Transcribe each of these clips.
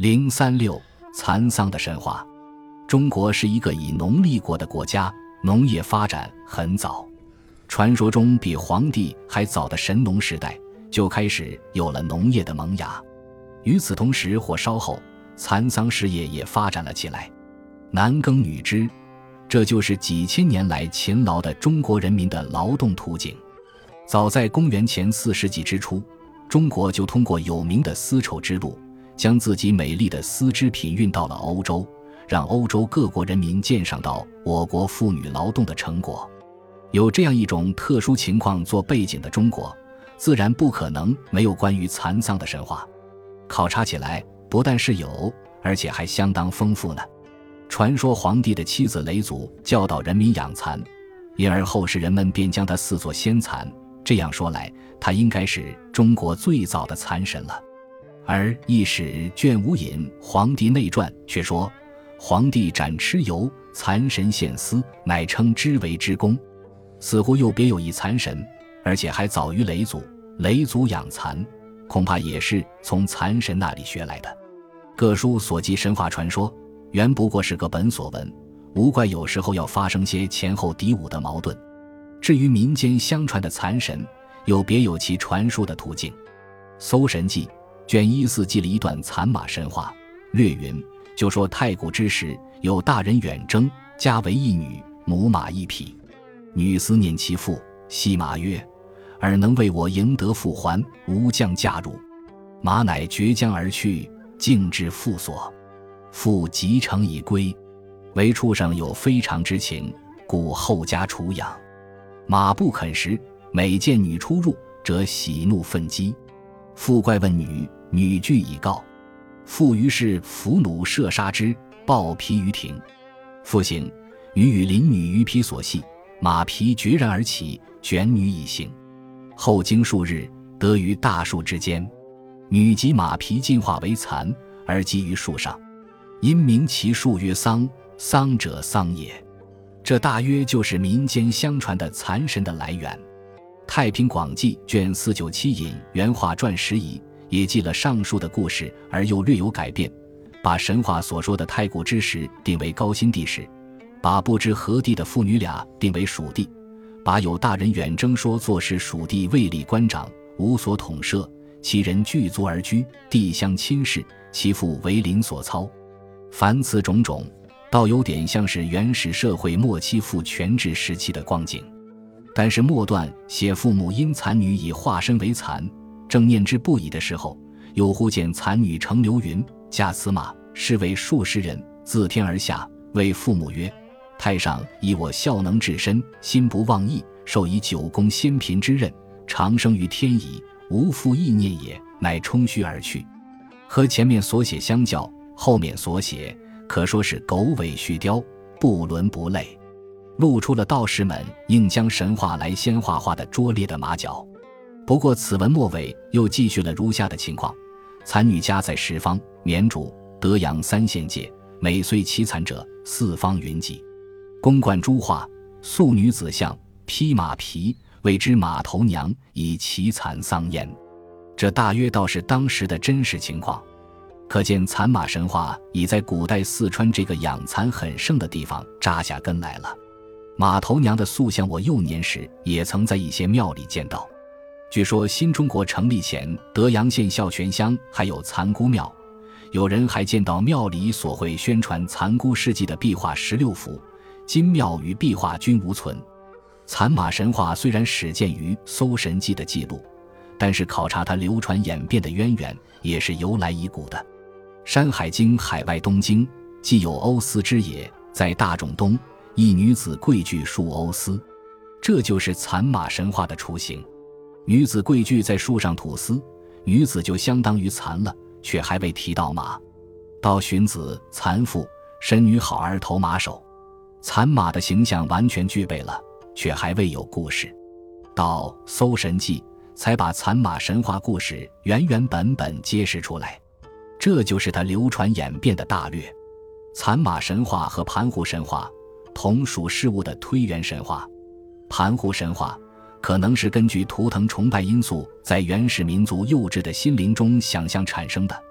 036蚕桑的神话。中国是一个以农立国的国家，农业发展很早。传说中比黄帝还早的神农时代就开始有了农业的萌芽。与此同时或稍后，蚕桑事业也发展了起来。男耕女织，这就是几千年来勤劳的中国人民的劳动图景。早在公元前4世纪之初，中国就通过有名的丝绸之路，将自己美丽的丝织品运到了欧洲，让欧洲各国人民鉴赏到我国妇女劳动的成果。有这样一种特殊情况做背景的中国，自然不可能没有关于蚕桑的神话。考察起来不但是有，而且还相当丰富呢。传说皇帝的妻子嫘祖教导人民养蚕，因而后世人们便将她视作先蚕。这样说来，她应该是中国最早的蚕神了。而《易史》卷5引《黄帝内传》却说，黄帝展蚩尤，蚕神献丝，乃称之为之公。似乎又别有一蚕神，而且还早于嫘祖。嫘祖养蚕，恐怕也是从蚕神那里学来的。各书所记神话传说，原不过是个本所闻，无怪有时候要发生些前后敌伍的矛盾。至于民间相传的蚕神，又别有其传述的途径。《搜神记》卷14记了一段蚕马神话，略云：就说太古之时，有大人远征，家为一女，母马一匹。女思念其父，系马曰：尔能为我赢得复还，吾将嫁入。马乃绝将而去，径至父所。父即乘以归，为畜生有非常之情，故后家处养。马不肯食，每见女出入，则喜怒愤激。父怪问女，女惧以告。父于是伏弩射杀之，抱皮于庭。复行，女与邻女于皮所系，马皮决然而起，卷女以行。后经数日，得于大树之间。女及马皮进化为蚕，而积于树上，因名其树曰桑，桑者桑也。这大约就是民间相传的蚕神的来源。《太平广记》卷497引原话传10仪，也记了上述的故事，而又略有改变，把神话所说的太古之时定为高辛帝时，把不知何地的父女俩定为蜀地，把有大人远征说作是蜀地卫立官长，无所统摄，其人具足而居，地相亲视，其父为邻所操。凡此种种，倒有点像是原始社会末期父权制时期的光景。但是末段写父母因蚕女已化身为蚕，正念之不已的时候，又忽见蚕女乘流云，驾此马，是为数十人，自天而下，谓父母曰：太上以我孝能治身，心不忘义，受以九宫先嫔之任，长生于天矣，无复意念也，乃冲虚而去。和前面所写相较，后面所写可说是狗尾续貂，不伦不类，露出了道士们硬将神话来仙化化的拙劣的马脚。不过此文末尾又继续了如下的情况：蚕女家在十方，绵主得养3县界，每岁其蚕者4方云集。宫观诸画，素女子相，披马皮，谓之马头娘，以其蚕桑焉。这大约倒是当时的真实情况。可见蚕马神话已在古代四川这个养蚕很盛的地方扎下根来了。马头娘的塑像我幼年时也曾在一些庙里见到。据说新中国成立前，德阳县孝泉乡还有蚕姑庙，有人还见到庙里所会宣传蚕姑事迹的壁画16幅，今庙与壁画均无存。蚕马神话虽然始见于《搜神记》的记录，但是考察它流传演变的渊源也是由来已古的。《山海经》海外东经既有欧丝之野，在大冢东，一女子跪具树欧丝，这就是蚕马神话的雏形。女子跪具在树上吐丝，女子就相当于蚕了，却还未提到马。到荀子，蚕妇，身女好而头马首，蚕马的形象完全具备了，却还未有故事。到《搜神记》才把蚕马神话故事原原本本揭示出来，这就是它流传演变的大略。蚕马神话和盘瓠神话同属事物的推原神话。盘瓠神话可能是根据图腾崇拜因素在原始民族幼稚的心灵中想象产生的，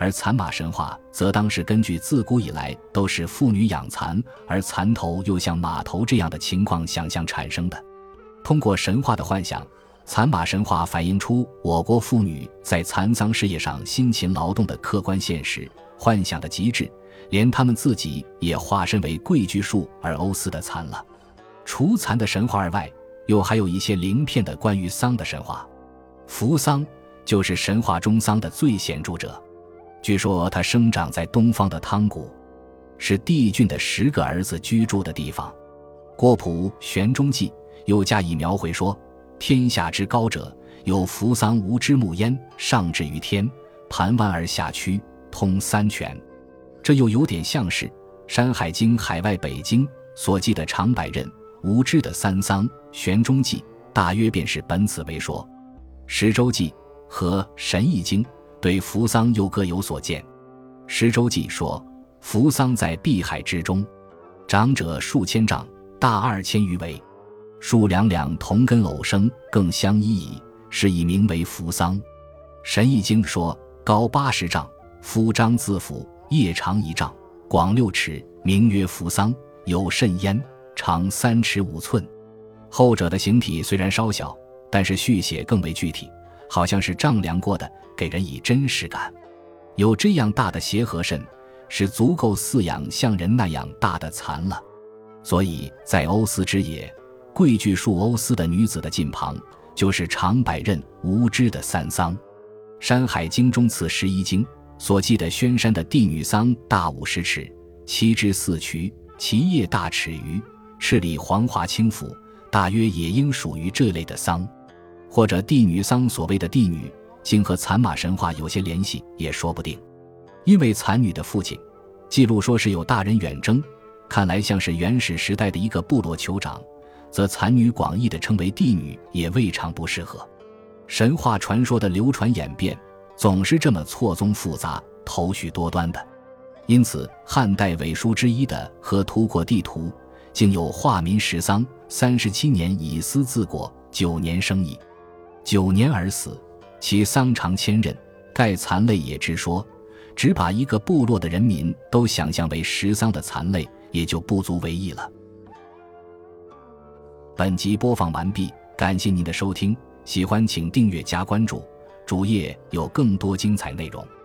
而残马神话则当是根据自古以来都是妇女养蚕，而蚕头又像马头这样的情况想象产生的。通过神话的幻想，残马神话反映出我国妇女在蚕桑事业上辛勤劳动的客观现实，幻想的极致，连她们自己也化身为桂巨树而欧丝的蚕了。除蚕的神话外，又还有一些鳞片的关于桑的神话。扶桑就是神话中桑的最显著者，据说它生长在东方的汤谷，是帝俊的10个儿子居住的地方。郭璞《玄中记》又加以描绘说，天下之高者，有扶桑无之木焉，上至于天，盘弯而下曲，通3泉。这又有点像是《山海经·海外北经》所记的长柏刃、无知的三桑。玄中记大约便是本此为说。十洲记和神异经对扶桑又各有所见。十洲记说，扶桑在碧海之中，长者数千丈，大2000余围，树两两同根偶生，更相依矣，是以名为扶桑。神异经说，高80丈，夫张自辅，叶长1丈，广6尺，名曰扶桑，有甚焉，长3尺5寸。后者的形体虽然稍小，但是续写更为具体，好像是丈量过的，给人以真实感。有这样大的协和肾，是足够饲养像人那样大的蚕了。所以在欧丝之野，桂巨树欧丝的女子的近旁，就是长柏刃无知的三桑。山海经中次11经所记的宣山的帝女桑大50尺，7枝4渠，其叶大尺余，赤里黄华轻抚，大约也应属于这类的桑。或者帝女桑所谓的帝女，竟和残马神话有些联系也说不定。因为残女的父亲记录说是有大人远征，看来像是原始时代的一个部落酋长，则残女广义的称为帝女也未尝不适合。神话传说的流传演变总是这么错综复杂，头绪多端的。因此汉代伪书之一的《河图国地图》竟有化民食桑，37年以丝自果，9年生矣，9年而死，其桑长千仞，盖蚕类也之说，只把一个部落的人民都想象为食桑的蚕类，也就不足为意了。本集播放完毕，感谢您的收听，喜欢请订阅加关注，主页有更多精彩内容。